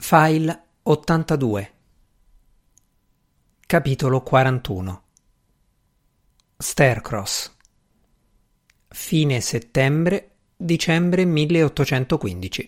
File 82. Capitolo 41. Staircross. Fine settembre-dicembre 1815.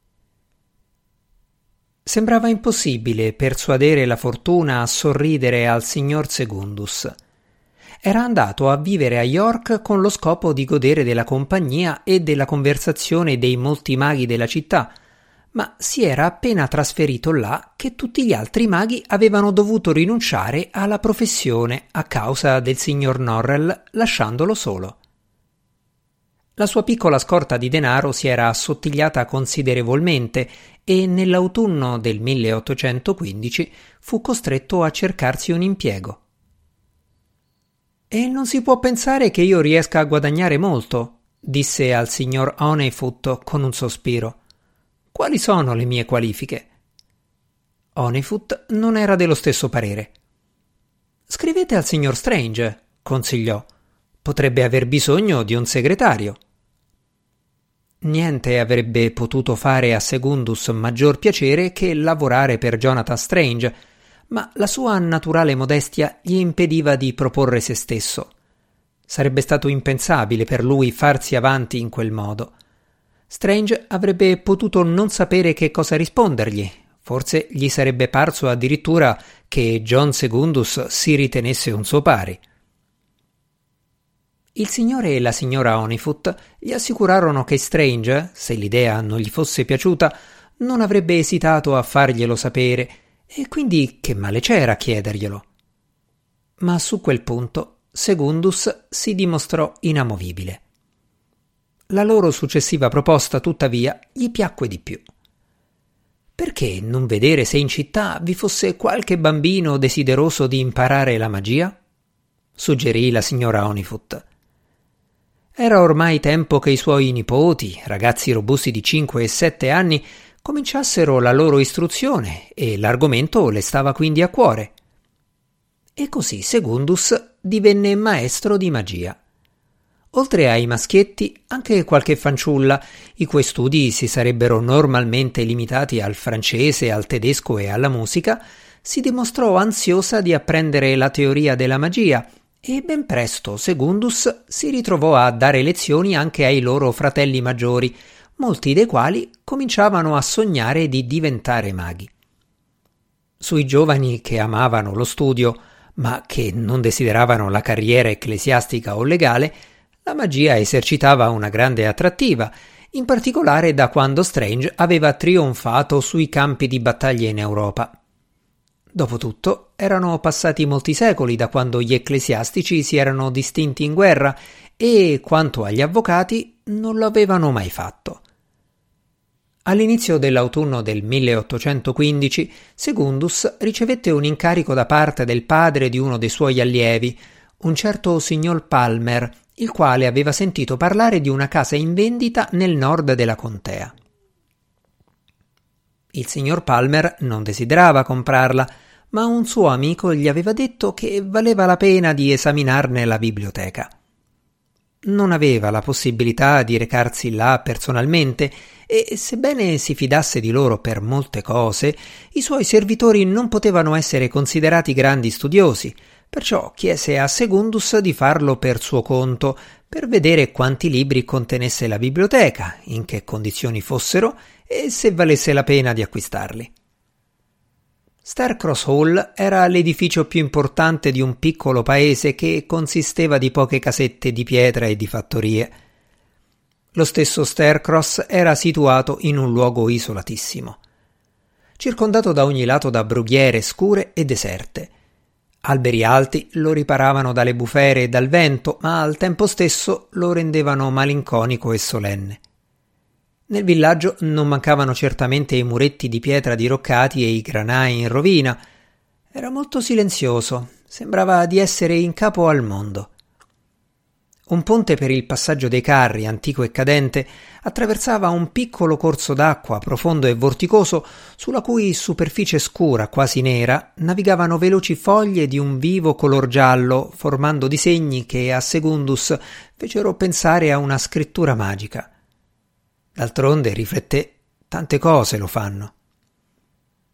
Sembrava impossibile persuadere la fortuna a sorridere al signor Secundus. Era andato a vivere a York con lo scopo di godere della compagnia e della conversazione dei molti maghi della città, ma si era appena trasferito là che tutti gli altri maghi avevano dovuto rinunciare alla professione a causa del signor Norrell, lasciandolo solo. La sua piccola scorta di denaro si era assottigliata considerevolmente e nell'autunno del 1815 fu costretto a cercarsi un impiego. «E non si può pensare che io riesca a guadagnare molto», disse al signor Honeyfoot con un sospiro. «Quali sono le mie qualifiche?» Honeyfoot non era dello stesso parere. «Scrivete al signor Strange», consigliò. «Potrebbe aver bisogno di un segretario». Niente avrebbe potuto fare a Secundus maggior piacere che lavorare per Jonathan Strange, ma la sua naturale modestia gli impediva di proporre se stesso. Sarebbe stato impensabile per lui farsi avanti in quel modo. Strange avrebbe potuto non sapere che cosa rispondergli. Forse gli sarebbe parso addirittura che John Secundus si ritenesse un suo pari. Il signore e la signora Honeyfoot gli assicurarono che Strange, se l'idea non gli fosse piaciuta, non avrebbe esitato a farglielo sapere, e quindi che male c'era a chiederglielo. Ma su quel punto Secundus si dimostrò inamovibile. La loro successiva proposta, tuttavia, gli piacque di più. Perché non vedere se in città vi fosse qualche bambino desideroso di imparare la magia? Suggerì la signora Honeyfoot. Era ormai tempo che i suoi nipoti, ragazzi robusti di 5 e 7 anni, cominciassero la loro istruzione e l'argomento le stava quindi a cuore. E così Secundus divenne maestro di magia. Oltre ai maschietti, anche qualche fanciulla, i cui studi si sarebbero normalmente limitati al francese, al tedesco e alla musica, si dimostrò ansiosa di apprendere la teoria della magia e ben presto Secundus si ritrovò a dare lezioni anche ai loro fratelli maggiori, molti dei quali cominciavano a sognare di diventare maghi. Sui giovani che amavano lo studio, ma che non desideravano la carriera ecclesiastica o legale, la magia esercitava una grande attrattiva, in particolare da quando Strange aveva trionfato sui campi di battaglia in Europa. Dopotutto, erano passati molti secoli da quando gli ecclesiastici si erano distinti in guerra e, quanto agli avvocati, non lo avevano mai fatto. All'inizio dell'autunno del 1815, Secundus ricevette un incarico da parte del padre di uno dei suoi allievi, un certo signor Palmer, il quale aveva sentito parlare di una casa in vendita nel nord della contea. Il signor Palmer non desiderava comprarla, ma un suo amico gli aveva detto che valeva la pena di esaminarne la biblioteca. Non aveva la possibilità di recarsi là personalmente e, sebbene si fidasse di loro per molte cose, i suoi servitori non potevano essere considerati grandi studiosi, perciò chiese a Secundus di farlo per suo conto, per vedere quanti libri contenesse la biblioteca, in che condizioni fossero e se valesse la pena di acquistarli. Staircross Hall era l'edificio più importante di un piccolo paese che consisteva di poche casette di pietra e di fattorie. Lo stesso Staircross era situato in un luogo isolatissimo, circondato da ogni lato da brughiere scure e deserte. Alberi alti lo riparavano dalle bufere e dal vento, ma al tempo stesso lo rendevano malinconico e solenne. Nel villaggio non mancavano certamente i muretti di pietra diroccati e i granai in rovina. Era molto silenzioso, sembrava di essere in capo al mondo. Un ponte per il passaggio dei carri, antico e cadente, attraversava un piccolo corso d'acqua profondo e vorticoso sulla cui superficie scura, quasi nera, navigavano veloci foglie di un vivo color giallo, formando disegni che a Secundus fecero pensare a una scrittura magica. D'altronde, rifletté, tante cose lo fanno.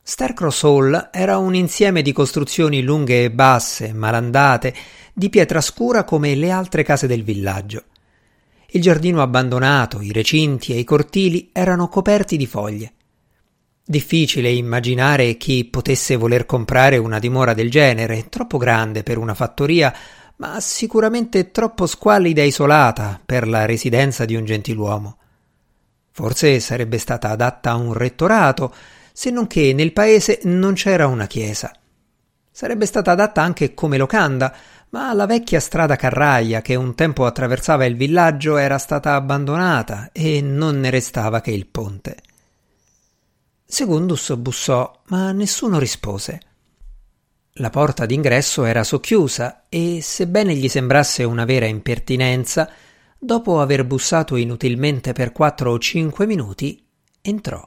Starcross Hall era un insieme di costruzioni lunghe e basse, malandate, di pietra scura come le altre case del villaggio. Il giardino abbandonato, i recinti e i cortili erano coperti di foglie. Difficile immaginare chi potesse voler comprare una dimora del genere, troppo grande per una fattoria, ma sicuramente troppo squallida e isolata per la residenza di un gentiluomo. Forse sarebbe stata adatta a un rettorato, se non che nel paese non c'era una chiesa. Sarebbe stata adatta anche come locanda, ma la vecchia strada carraia che un tempo attraversava il villaggio era stata abbandonata e non ne restava che il ponte. Secundus bussò, ma nessuno rispose. La porta d'ingresso era socchiusa e, sebbene gli sembrasse una vera impertinenza, dopo aver bussato inutilmente per 4 o 5 minuti, entrò.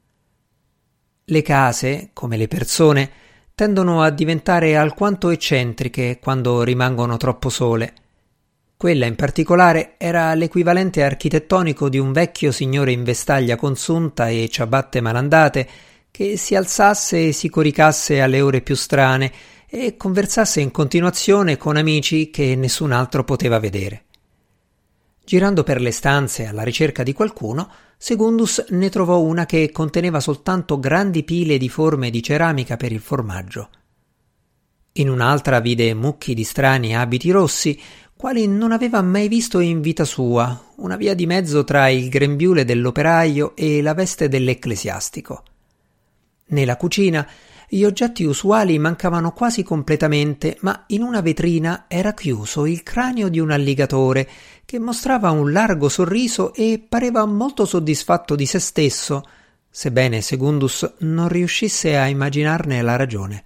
Le case, come le persone, tendono a diventare alquanto eccentriche quando rimangono troppo sole. Quella in particolare era l'equivalente architettonico di un vecchio signore in vestaglia consunta e ciabatte malandate che si alzasse e si coricasse alle ore più strane e conversasse in continuazione con amici che nessun altro poteva vedere. Girando per le stanze alla ricerca di qualcuno, Secundus ne trovò una che conteneva soltanto grandi pile di forme di ceramica per il formaggio. In un'altra vide mucchi di strani abiti rossi, quali non aveva mai visto in vita sua, una via di mezzo tra il grembiule dell'operaio e la veste dell'ecclesiastico. Nella cucina gli oggetti usuali mancavano quasi completamente, ma in una vetrina era chiuso il cranio di un alligatore che mostrava un largo sorriso e pareva molto soddisfatto di se stesso, sebbene Secundus non riuscisse a immaginarne la ragione.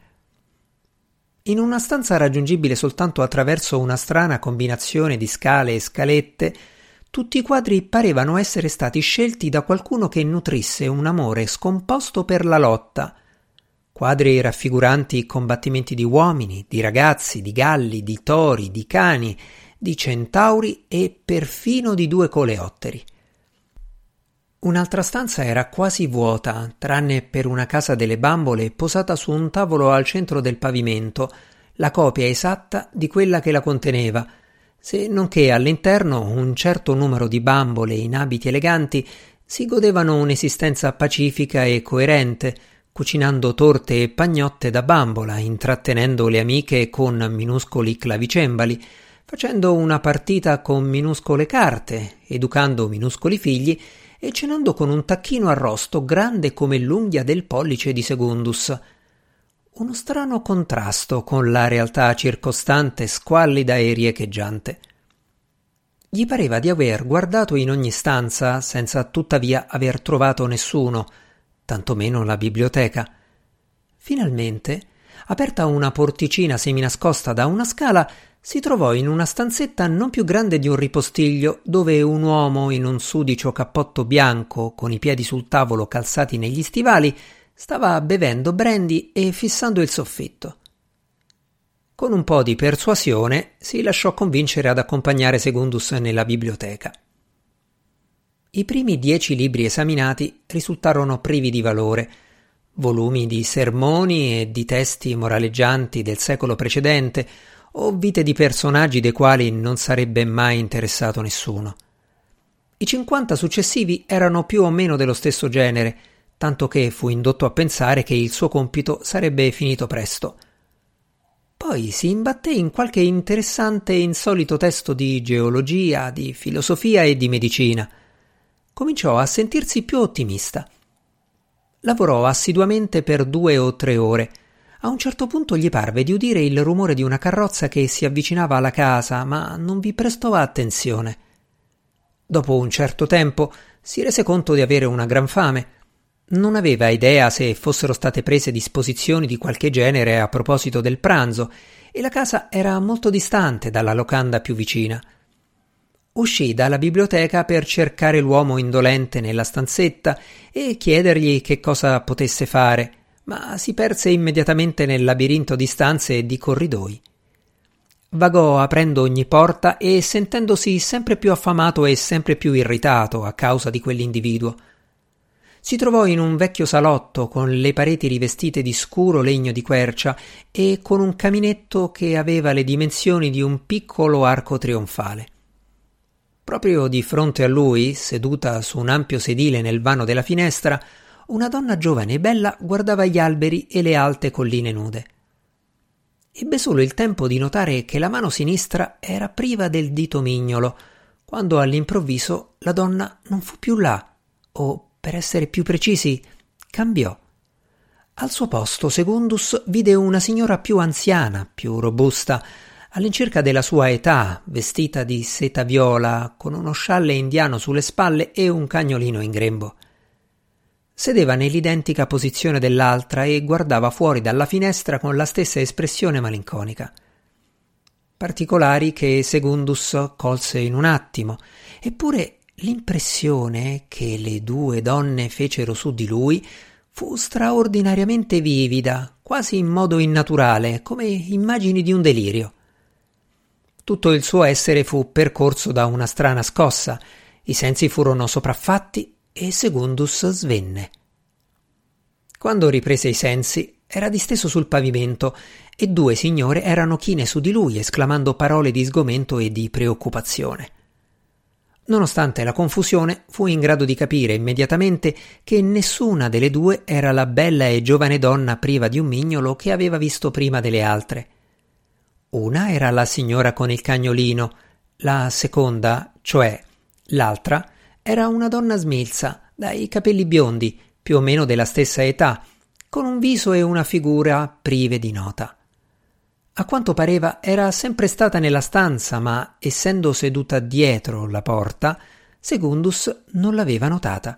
In una stanza raggiungibile soltanto attraverso una strana combinazione di scale e scalette, tutti i quadri parevano essere stati scelti da qualcuno che nutrisse un amore scomposto per la lotta. Quadri raffiguranti combattimenti di uomini, di ragazzi, di galli, di tori, di cani, di centauri e perfino di 2 coleotteri. Un'altra stanza era quasi vuota, tranne per una casa delle bambole posata su un tavolo al centro del pavimento, la copia esatta di quella che la conteneva, se non che all'interno un certo numero di bambole in abiti eleganti si godevano un'esistenza pacifica e coerente, cucinando torte e pagnotte da bambola, intrattenendo le amiche con minuscoli clavicembali, facendo una partita con minuscole carte, educando minuscoli figli e cenando con un tacchino arrosto grande come l'unghia del pollice di Secundus. Uno strano contrasto con la realtà circostante, squallida e riecheggiante. Gli pareva di aver guardato in ogni stanza senza tuttavia aver trovato nessuno, tantomeno la biblioteca. Finalmente, aperta una porticina seminascosta da una scala, si trovò in una stanzetta non più grande di un ripostiglio, dove un uomo in un sudicio cappotto bianco, con i piedi sul tavolo calzati negli stivali, stava bevendo brandy e fissando il soffitto. Con un po' di persuasione si lasciò convincere ad accompagnare Secundus nella biblioteca. I primi 10 libri esaminati risultarono privi di valore, volumi di sermoni e di testi moraleggianti del secolo precedente o vite di personaggi dei quali non sarebbe mai interessato nessuno. I 50 successivi erano più o meno dello stesso genere, tanto che fu indotto a pensare che il suo compito sarebbe finito presto. Poi si imbatté in qualche interessante e insolito testo di geologia, di filosofia e di medicina. Cominciò a sentirsi più ottimista. Lavorò assiduamente per 2 o 3 ore. A un certo punto gli parve di udire il rumore di una carrozza che si avvicinava alla casa, ma non vi prestò attenzione. Dopo un certo tempo si rese conto di avere una gran fame. Non aveva idea se fossero state prese disposizioni di qualche genere a proposito del pranzo, e la casa era molto distante dalla locanda più vicina. Uscì dalla biblioteca per cercare l'uomo indolente nella stanzetta e chiedergli che cosa potesse fare, ma si perse immediatamente nel labirinto di stanze e di corridoi. Vagò aprendo ogni porta e sentendosi sempre più affamato e sempre più irritato a causa di quell'individuo. Si trovò in un vecchio salotto con le pareti rivestite di scuro legno di quercia e con un caminetto che aveva le dimensioni di un piccolo arco trionfale. Proprio di fronte a lui, seduta su un ampio sedile nel vano della finestra, una donna giovane e bella guardava gli alberi e le alte colline nude. Ebbe solo il tempo di notare che la mano sinistra era priva del dito mignolo, quando all'improvviso la donna non fu più là, o, per essere più precisi, cambiò. Al suo posto Secundus vide una signora più anziana, più robusta, all'incirca della sua età, vestita di seta viola, con uno scialle indiano sulle spalle e un cagnolino in grembo. Sedeva nell'identica posizione dell'altra e guardava fuori dalla finestra con la stessa espressione malinconica. Particolari che Secundus colse in un attimo, eppure l'impressione che le due donne fecero su di lui fu straordinariamente vivida, quasi in modo innaturale, come immagini di un delirio. Tutto il suo essere fu percorso da una strana scossa, i sensi furono sopraffatti e Secundus svenne. Quando riprese i sensi, era disteso sul pavimento e due signore erano chine su di lui, esclamando parole di sgomento e di preoccupazione. Nonostante la confusione, fu in grado di capire immediatamente che nessuna delle due era la bella e giovane donna priva di un mignolo che aveva visto prima delle altre. Una era la signora con il cagnolino, la seconda, cioè l'altra, era una donna smilza, dai capelli biondi, più o meno della stessa età, con un viso e una figura prive di nota. A quanto pareva era sempre stata nella stanza, ma essendo seduta dietro la porta, Secundus non l'aveva notata.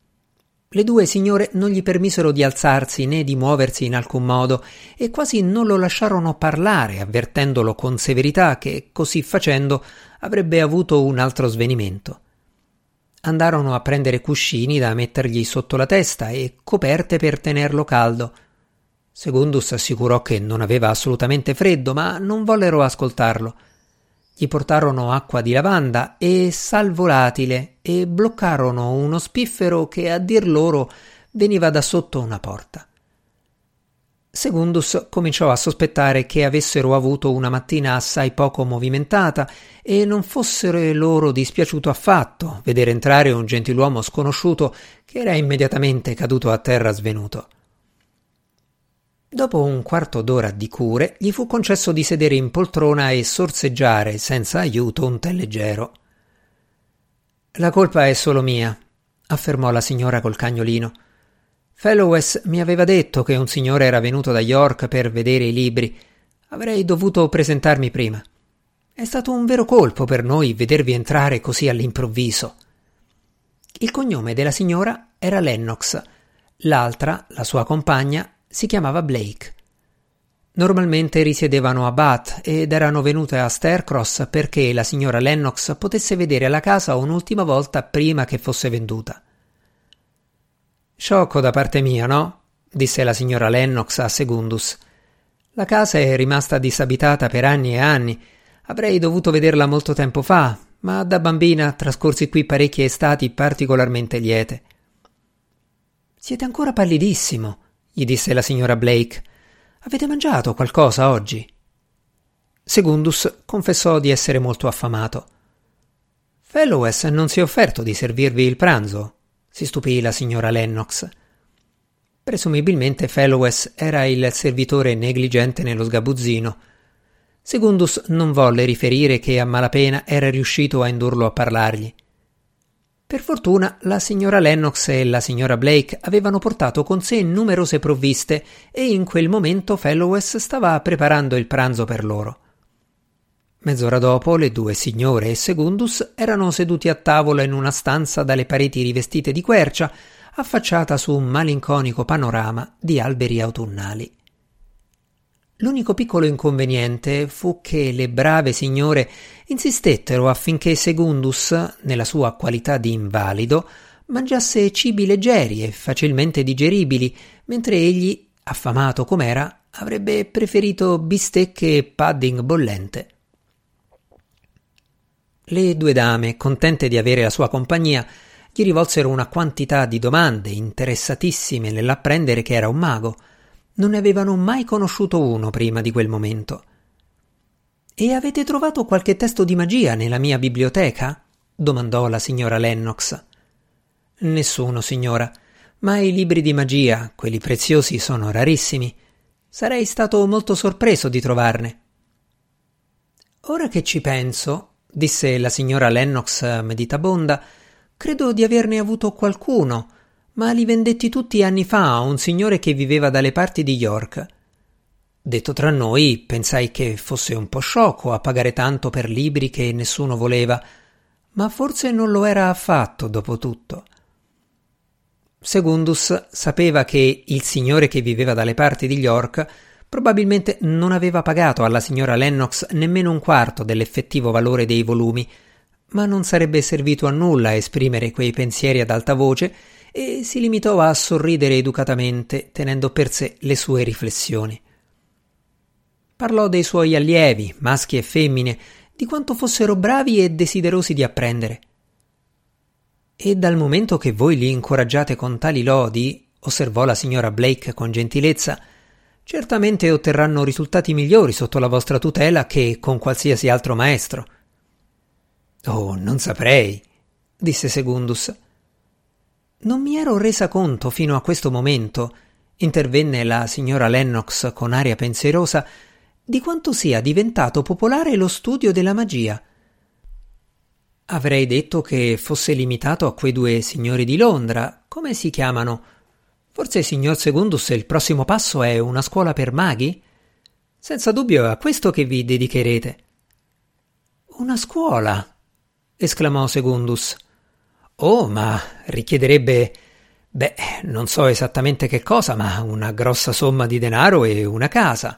Le due signore non gli permisero di alzarsi né di muoversi in alcun modo e quasi non lo lasciarono parlare, avvertendolo con severità che, così facendo, avrebbe avuto un altro svenimento. Andarono a prendere cuscini da mettergli sotto la testa e coperte per tenerlo caldo. Secundus assicurò che non aveva assolutamente freddo, ma non vollero ascoltarlo. Gli portarono acqua di lavanda e sal volatile e bloccarono uno spiffero che, a dir loro, veniva da sotto una porta. Secundus cominciò a sospettare che avessero avuto una mattina assai poco movimentata e non fossero loro dispiaciuto affatto vedere entrare un gentiluomo sconosciuto che era immediatamente caduto a terra svenuto. Dopo un quarto d'ora di cure gli fu concesso di sedere in poltrona e sorseggiare senza aiuto un tè leggero. «La colpa è solo mia», affermò la signora col cagnolino. «Fellowes mi aveva detto che un signore era venuto da York per vedere i libri. Avrei dovuto presentarmi prima. È stato un vero colpo per noi vedervi entrare così all'improvviso». Il cognome della signora era Lennox. L'altra, la sua compagna, si chiamava Blake. Normalmente risiedevano a Bath ed erano venute a Staircross perché la signora Lennox potesse vedere la casa un'ultima volta prima che fosse venduta. «Sciocco da parte mia, no?» disse la signora Lennox a Secundus. «La casa è rimasta disabitata per anni e anni. Avrei dovuto vederla molto tempo fa, ma da bambina trascorsi qui parecchie estati particolarmente liete». «Siete ancora pallidissimo», gli disse la signora Blake. «Avete mangiato qualcosa oggi?» Secundus confessò di essere molto affamato. «Fellowes non si è offerto di servirvi il pranzo?» si stupì la signora Lennox. Presumibilmente Fellowes era il servitore negligente nello sgabuzzino. Secundus non volle riferire che a malapena era riuscito a indurlo a parlargli. Per fortuna la signora Lennox e la signora Blake avevano portato con sé numerose provviste e in quel momento Fellowes stava preparando il pranzo per loro. Mezz'ora dopo le due signore e Secundus erano seduti a tavola in una stanza dalle pareti rivestite di quercia, affacciata su un malinconico panorama di alberi autunnali. L'unico piccolo inconveniente fu che le brave signore insistettero affinché Secundus, nella sua qualità di invalido, mangiasse cibi leggeri e facilmente digeribili, mentre egli, affamato com'era, avrebbe preferito bistecche e pudding bollente. Le due dame, contente di avere la sua compagnia, gli rivolsero una quantità di domande interessatissime nell'apprendere che era un mago. Non ne avevano mai conosciuto uno prima di quel momento. «E avete trovato qualche testo di magia nella mia biblioteca?» domandò la signora Lennox. «Nessuno, signora, ma i libri di magia, quelli preziosi, sono rarissimi. Sarei stato molto sorpreso di trovarne». «Ora che ci penso», disse la signora Lennox meditabonda, «credo di averne avuto qualcuno, ma li vendetti tutti anni fa a un signore che viveva dalle parti di York. Detto tra noi, pensai che fosse un po' sciocco a pagare tanto per libri che nessuno voleva, ma forse non lo era affatto, dopo tutto». Secundus sapeva che il signore che viveva dalle parti di York probabilmente non aveva pagato alla signora Lennox nemmeno un quarto dell'effettivo valore dei volumi, ma non sarebbe servito a nulla a esprimere quei pensieri ad alta voce e si limitò a sorridere educatamente, tenendo per sé le sue riflessioni. Parlò dei suoi allievi, maschi e femmine, di quanto fossero bravi e desiderosi di apprendere. «E dal momento che voi li incoraggiate con tali lodi», osservò la signora Blake con gentilezza, «certamente otterranno risultati migliori sotto la vostra tutela che con qualsiasi altro maestro». «Oh, non saprei», disse Secundus. «Non mi ero resa conto fino a questo momento», intervenne la signora Lennox con aria pensierosa, «di quanto sia diventato popolare lo studio della magia. Avrei detto che fosse limitato a quei due signori di Londra. Come si chiamano? Forse, signor Secundus, il prossimo passo è una scuola per maghi? Senza dubbio è a questo che vi dedicherete». «Una scuola?» esclamò Secundus. «Oh, ma richiederebbe, non so esattamente che cosa, ma una grossa somma di denaro e una casa».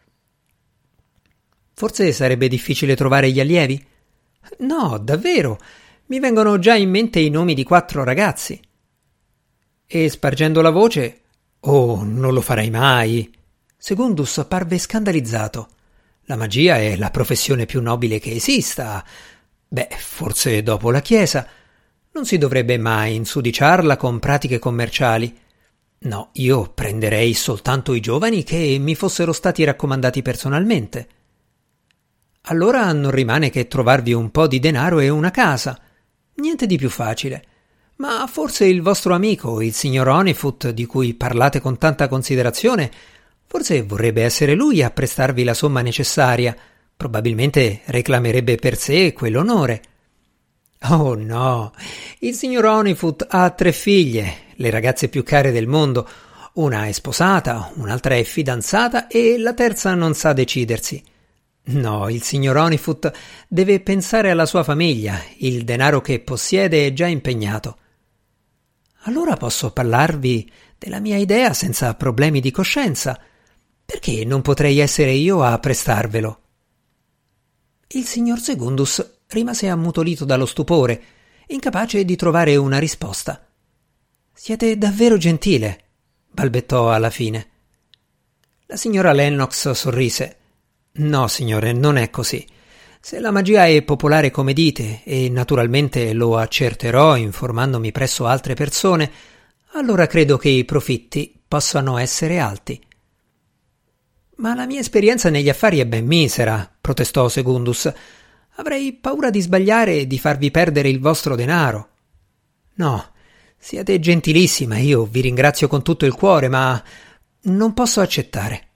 «Forse sarebbe difficile trovare gli allievi?» «No, davvero. Mi vengono già in mente i nomi di 4 ragazzi». «E spargendo la voce?» «Oh, non lo farei mai». Secundus parve scandalizzato. «La magia è la professione più nobile che esista. Forse dopo la Chiesa. Non si dovrebbe mai insudiciarla con pratiche commerciali. No, io prenderei soltanto i giovani che mi fossero stati raccomandati personalmente». «Allora non rimane che trovarvi un po' di denaro e una casa. Niente di più facile. Ma forse il vostro amico, il signor Honeyfoot, di cui parlate con tanta considerazione, forse vorrebbe essere lui a prestarvi la somma necessaria. Probabilmente reclamerebbe per sé quell'onore». «Oh no, il signor Honeyfoot ha 3 figlie, le ragazze più care del mondo. Una è sposata, un'altra è fidanzata e la terza non sa decidersi. No, il signor Honeyfoot deve pensare alla sua famiglia, il denaro che possiede è già impegnato». «Allora posso parlarvi della mia idea senza problemi di coscienza. Perché non potrei essere io a prestarvelo?» Il signor Secundus rimase ammutolito dallo stupore, incapace di trovare una risposta. «Siete davvero gentile», balbettò alla fine. La signora Lennox sorrise. «No, signore, non è così. Se la magia è popolare come dite, e naturalmente lo accerterò informandomi presso altre persone, allora credo che i profitti possano essere alti». «Ma la mia esperienza negli affari è ben misera», protestò Secundus. «Avrei paura di sbagliare e di farvi perdere il vostro denaro». «No, siete gentilissima, io vi ringrazio con tutto il cuore, ma non posso accettare».